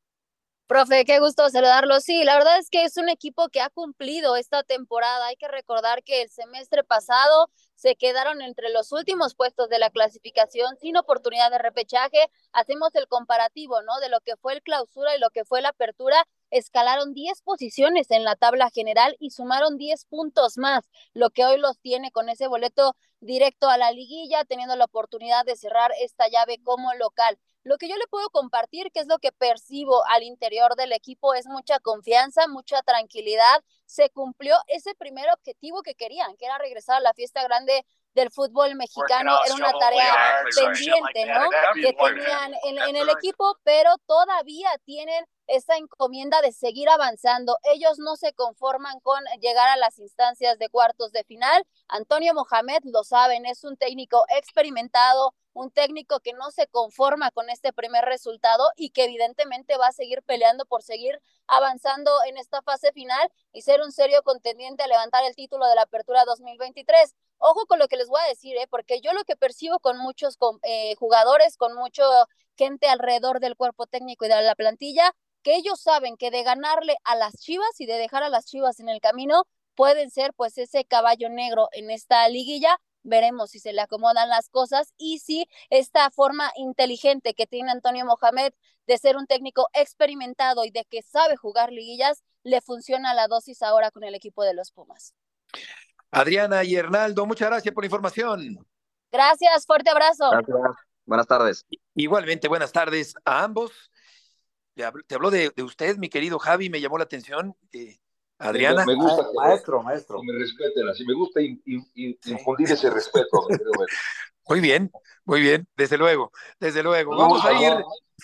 Speaker 14: Profe, qué gusto saludarlo. Sí, la verdad es que es un equipo que ha cumplido esta temporada. Hay que recordar que el semestre pasado se quedaron entre los últimos puestos de la clasificación sin oportunidad de repechaje. Hacemos el comparativo, ¿no? De lo que fue el clausura y lo que fue la apertura. Escalaron 10 posiciones en la tabla general y sumaron 10 puntos más, lo que hoy los tiene con ese boleto directo a la liguilla, teniendo la oportunidad de cerrar esta llave como local. Lo que yo le puedo compartir, que es lo que percibo al interior del equipo, es mucha confianza, mucha tranquilidad. Se cumplió ese primer objetivo que querían, que era regresar a la fiesta grande del fútbol mexicano. Era una tarea pendiente, ¿no? Que tenían en el equipo, pero todavía tienen esa encomienda de seguir avanzando. Ellos no se conforman con llegar a las instancias de cuartos de final. Antonio Mohamed, lo saben, es un técnico experimentado, un técnico que no se conforma con este primer resultado y que evidentemente va a seguir peleando por seguir avanzando en esta fase final y ser un serio contendiente a levantar el título de la Apertura 2023. Ojo con lo que les voy a decir, porque yo lo que percibo con muchos jugadores, con mucha gente alrededor del cuerpo técnico y de la plantilla, que ellos saben que de ganarle a las Chivas y de dejar a las Chivas en el camino, pueden ser pues ese caballo negro en esta liguilla. Veremos si se le acomodan las cosas y si esta forma inteligente que tiene Antonio Mohamed de ser un técnico experimentado y de que sabe jugar liguillas, le funciona la dosis ahora con el equipo de los Pumas.
Speaker 3: Adriana y Hernaldo, muchas gracias por la información.
Speaker 14: Gracias, fuerte abrazo.
Speaker 13: Gracias. Buenas tardes.
Speaker 3: Igualmente, buenas tardes a ambos. Te habló de usted, mi querido Javi, me llamó la atención. Adriana.
Speaker 5: Me gusta que
Speaker 4: maestro.
Speaker 5: me respeten así, me gusta infundir ese respeto.
Speaker 3: Muy bien, desde luego. Vamos a ir.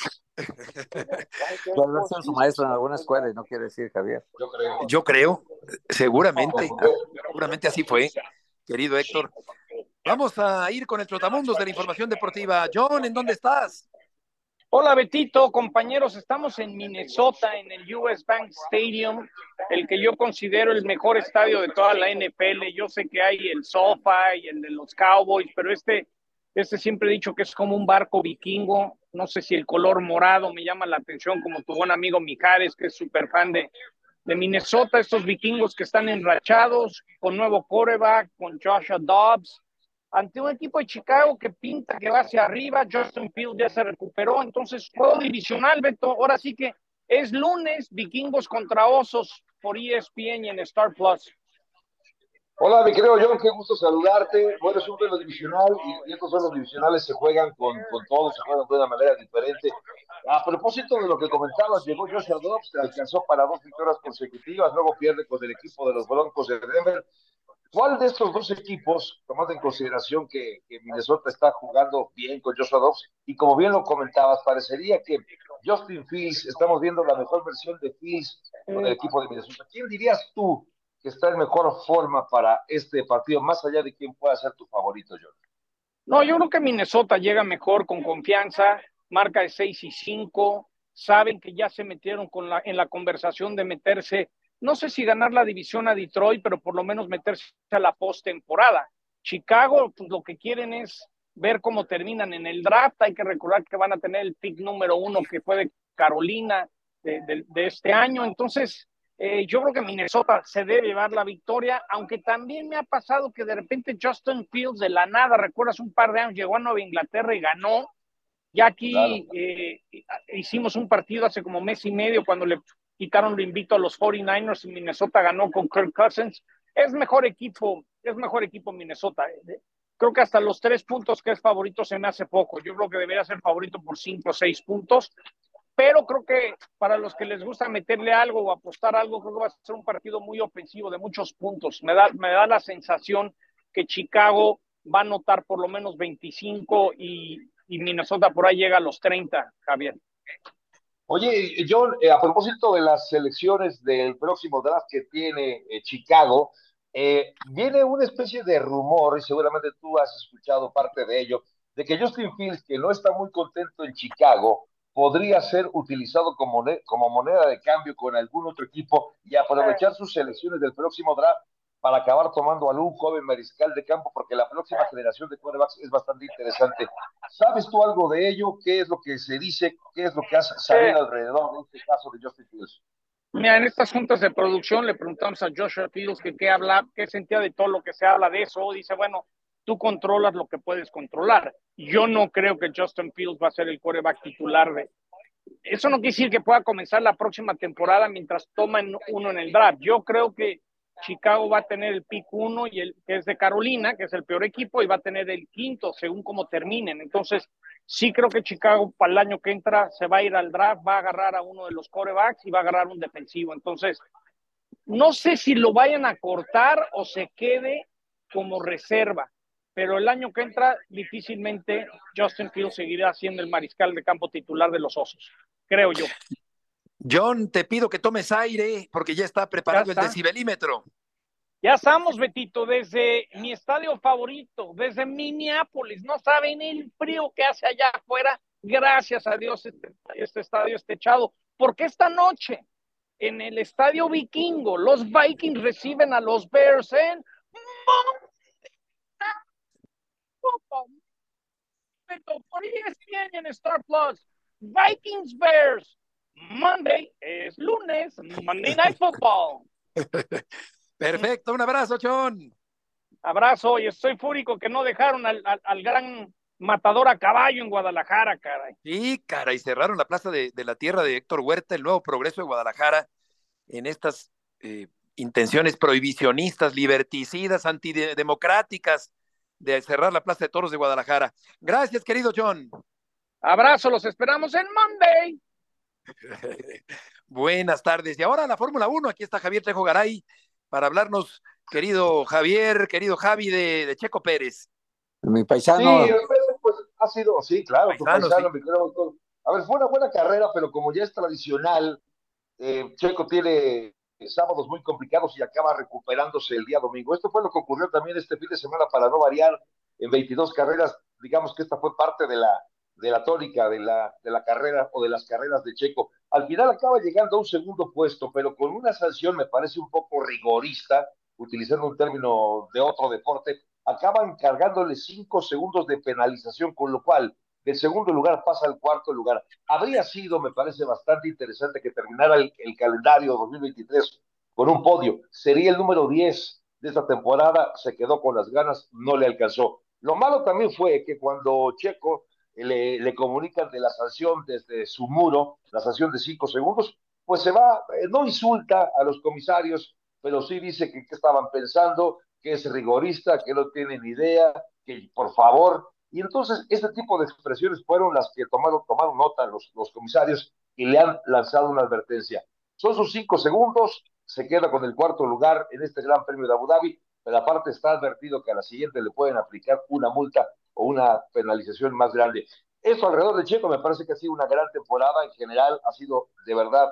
Speaker 4: Puede ser su maestro en alguna escuela y no quiere decir Javier.
Speaker 3: Yo creo, seguramente así fue, querido Héctor. Vamos a ir con el trotamundos de la información deportiva. John, ¿en dónde estás?
Speaker 15: Hola Betito, compañeros, estamos en Minnesota, en el US Bank Stadium, el que yo considero el mejor estadio de toda la NFL. Yo sé que hay el SoFi y el de los Cowboys, pero este Siempre he dicho que es como un barco vikingo. No sé si el color morado me llama la atención, como tu buen amigo Mijares, que es súper fan de Minnesota. Estos vikingos que están enrachados, con nuevo quarterback, con Joshua Dobbs, ante un equipo de Chicago que pinta que va hacia arriba. Justin Fields ya se recuperó. Entonces, juego divisional, Beto. Ahora sí que es lunes, vikingos contra osos por ESPN y en Star Plus.
Speaker 5: Hola, mi querido John, qué gusto saludarte. Bueno, es un duelo divisional y estos duelos divisionales se juegan con todos, se juegan de una manera diferente. A propósito de lo que comentabas, llegó Joshua Dobbs, alcanzó para 2 victorias consecutivas, luego pierde con el equipo de los Broncos de Denver. ¿Cuál de estos dos equipos, tomando en consideración que Minnesota está jugando bien con Joshua Dobbs, y como bien lo comentabas, parecería que Justin Fields, estamos viendo la mejor versión de Fields con el equipo de Minnesota? ¿Quién dirías tú que está en mejor forma para este partido, más allá de quién pueda ser tu favorito, John?
Speaker 15: No, yo creo que Minnesota llega mejor, con confianza, marca de 6-5, saben que ya se metieron en la conversación de meterse, no sé si ganar la división a Detroit, pero por lo menos meterse a la postemporada. Chicago, pues lo que quieren es ver cómo terminan en el draft. Hay que recordar que van a tener el pick número 1 que fue de Carolina de este año. Entonces, yo creo que Minnesota se debe llevar la victoria, aunque también me ha pasado que de repente Justin Fields de la nada, recuerdas, un par de años llegó a Nueva Inglaterra y ganó. Ya aquí hicimos un partido hace como mes y medio cuando le quitaron lo invito a los 49ers y Minnesota ganó con Kirk Cousins. Es mejor equipo Minnesota. Creo que hasta los 3 puntos que es favorito se me hace poco. Yo creo que debería ser favorito por 5 o 6 puntos. Pero creo que para los que les gusta meterle algo o apostar algo, creo que va a ser un partido muy ofensivo, de muchos puntos. Me da la sensación que Chicago va a anotar por lo menos 25 y Minnesota por ahí llega a los 30, Javier.
Speaker 5: Oye, John, a propósito de las selecciones del próximo draft que tiene Chicago, viene una especie de rumor, y seguramente tú has escuchado parte de ello, de que Justin Fields, que no está muy contento en Chicago, podría ser utilizado como moneda de cambio con algún otro equipo y aprovechar sus selecciones del próximo draft para acabar tomando a algún joven mariscal de campo, porque la próxima generación de quarterbacks es bastante interesante. ¿Sabes tú algo de ello? ¿Qué es lo que se dice? ¿Qué es lo que ha salido alrededor de este caso de Justin Fields?
Speaker 15: Mira, en estas juntas de producción le preguntamos a Joshua Fields que qué sentía de todo lo que se habla de eso. Dice, bueno, tú controlas lo que puedes controlar. Yo no creo que Justin Fields va a ser el quarterback titular de... Eso no quiere decir que pueda comenzar la próxima temporada mientras toman uno en el draft. Yo creo que Chicago va a tener el pick 1 que es de Carolina, que es el peor equipo, y va a tener el 5 según cómo terminen. Entonces, sí creo que Chicago para el año que entra se va a ir al draft, va a agarrar a uno de los quarterbacks y va a agarrar un defensivo. Entonces, no sé si lo vayan a cortar o se quede como reserva, pero el año que entra difícilmente Justin Fields seguirá siendo el mariscal de campo titular de los Osos, creo yo.
Speaker 3: John, te pido que tomes aire porque ya está preparado el decibelímetro.
Speaker 15: Ya estamos, Betito, desde mi estadio favorito, desde Minneapolis. No saben el frío que hace allá afuera. Gracias a Dios este estadio está techado, porque esta noche en el estadio vikingo los Vikings reciben a los Bears en por ESPN en Star Plus. Vikings Bears. Monday es lunes, Monday Night Football.
Speaker 3: Perfecto, un abrazo, John.
Speaker 15: Abrazo, y estoy fúrico que no dejaron al gran matador a caballo en Guadalajara, caray.
Speaker 3: Sí, caray, cerraron la plaza de la tierra de Héctor Huerta, el nuevo progreso de Guadalajara, en estas intenciones prohibicionistas, liberticidas, antidemocráticas de cerrar la plaza de toros de Guadalajara. Gracias, querido John.
Speaker 15: Abrazo, los esperamos en Monday.
Speaker 3: Buenas tardes. Y ahora la Fórmula 1, aquí está Javier Trejo Garay para hablarnos, querido Javier, querido Javi, de Checo Pérez.
Speaker 4: Mi paisano.
Speaker 5: Sí, pues ha sido, sí, claro,
Speaker 3: Paisano,
Speaker 5: tu paisano,
Speaker 3: sí.
Speaker 5: mi querido doctor. A ver, fue una buena carrera, pero como ya es tradicional, Checo tiene sábados muy complicados y acaba recuperándose el día domingo. Esto fue lo que ocurrió también este fin de semana, para no variar, en 22 carreras. Digamos que esta fue parte de la tónica de la carrera o de las carreras de Checo. Al final acaba llegando a un segundo puesto, pero con una sanción me parece un poco rigorista, utilizando un término de otro deporte. acaban cargándole 5 segundos de penalización, con lo cual del segundo lugar pasa al cuarto lugar. Habría sido, me parece, bastante interesante que terminara el calendario 2023 con un podio. Sería el número 10 de esta temporada, se quedó con las ganas, no le alcanzó. Lo malo también fue que cuando Checo le comunican de la sanción desde su muro, la sanción de 5 segundos, pues se va, no insulta a los comisarios, pero sí dice que estaban pensando, que es rigorista, que no tienen idea, que por favor. Y entonces este tipo de expresiones fueron las que tomaron nota los comisarios y le han lanzado una advertencia. Son sus 5 segundos, se queda con el cuarto lugar en este Gran Premio de Abu Dhabi, pero aparte está advertido que a la siguiente le pueden aplicar una multa o una penalización más grande. Eso alrededor de Checo me parece que ha sido una gran temporada. En general ha sido de verdad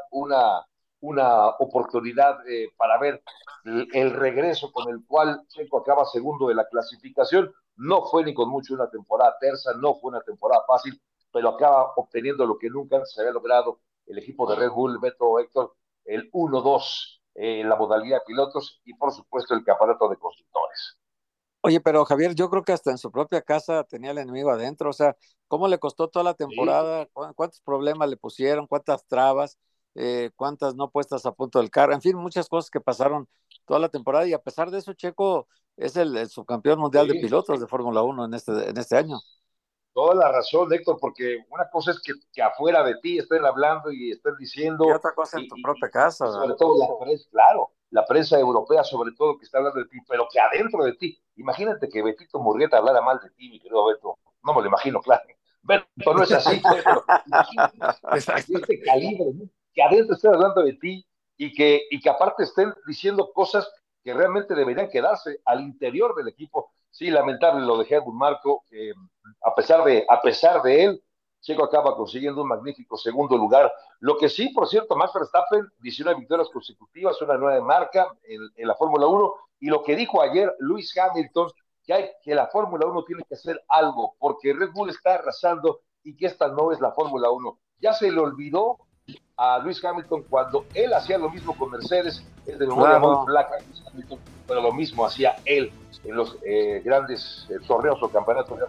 Speaker 5: una oportunidad para ver el regreso con el cual Checo acaba segundo de la clasificación. No fue ni con mucho una temporada tersa, no fue una temporada fácil, pero acaba obteniendo lo que nunca se había logrado el equipo de Red Bull, Beto, Héctor, el 1-2 en la modalidad de pilotos y por supuesto el campeonato de constructores.
Speaker 4: Oye, pero Javier, yo creo que hasta en su propia casa tenía el enemigo adentro. O sea, ¿cómo le costó toda la temporada? Sí. ¿Cuántos problemas le pusieron? ¿Cuántas trabas? ¿Cuántas no puestas a punto del carro? En fin, muchas cosas que pasaron toda la temporada, y a pesar de eso, Checo es el subcampeón mundial de pilotos de Fórmula 1 en este año.
Speaker 5: Toda la razón, Héctor, porque una cosa es que afuera de ti estén hablando y estén diciendo...
Speaker 4: Y otra cosa en tu propia casa.
Speaker 5: Sobre todo la prensa, claro, la prensa europea sobre todo que está hablando de ti, pero que adentro de ti, imagínate que Betito Murrieta hablara mal de ti, mi querido Beto, no me lo imagino, claro. Beto, no es así, pero imagínate este calibre, ¿no? Que adentro estén hablando de ti y que aparte estén diciendo cosas que realmente deberían quedarse al interior del equipo. Sí, lamentable lo de Helmut Marko, a pesar de él, Checo acaba consiguiendo un magnífico segundo lugar. Lo que sí, por cierto, Max Verstappen, 19 victorias consecutivas, una nueva marca en la Fórmula 1, y lo que dijo ayer Lewis Hamilton, que la Fórmula 1 tiene que hacer algo, porque Red Bull está arrasando y que esta no es la Fórmula 1. Ya se le olvidó a Lewis Hamilton cuando él hacía lo mismo con Mercedes, es de memoria muy flaca, pero lo mismo hacía él en los grandes torneos o campeonatos.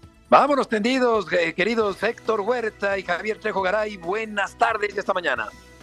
Speaker 3: Vámonos tendidos, queridos Héctor Huerta y Javier Trejo Garay. Buenas tardes y hasta mañana.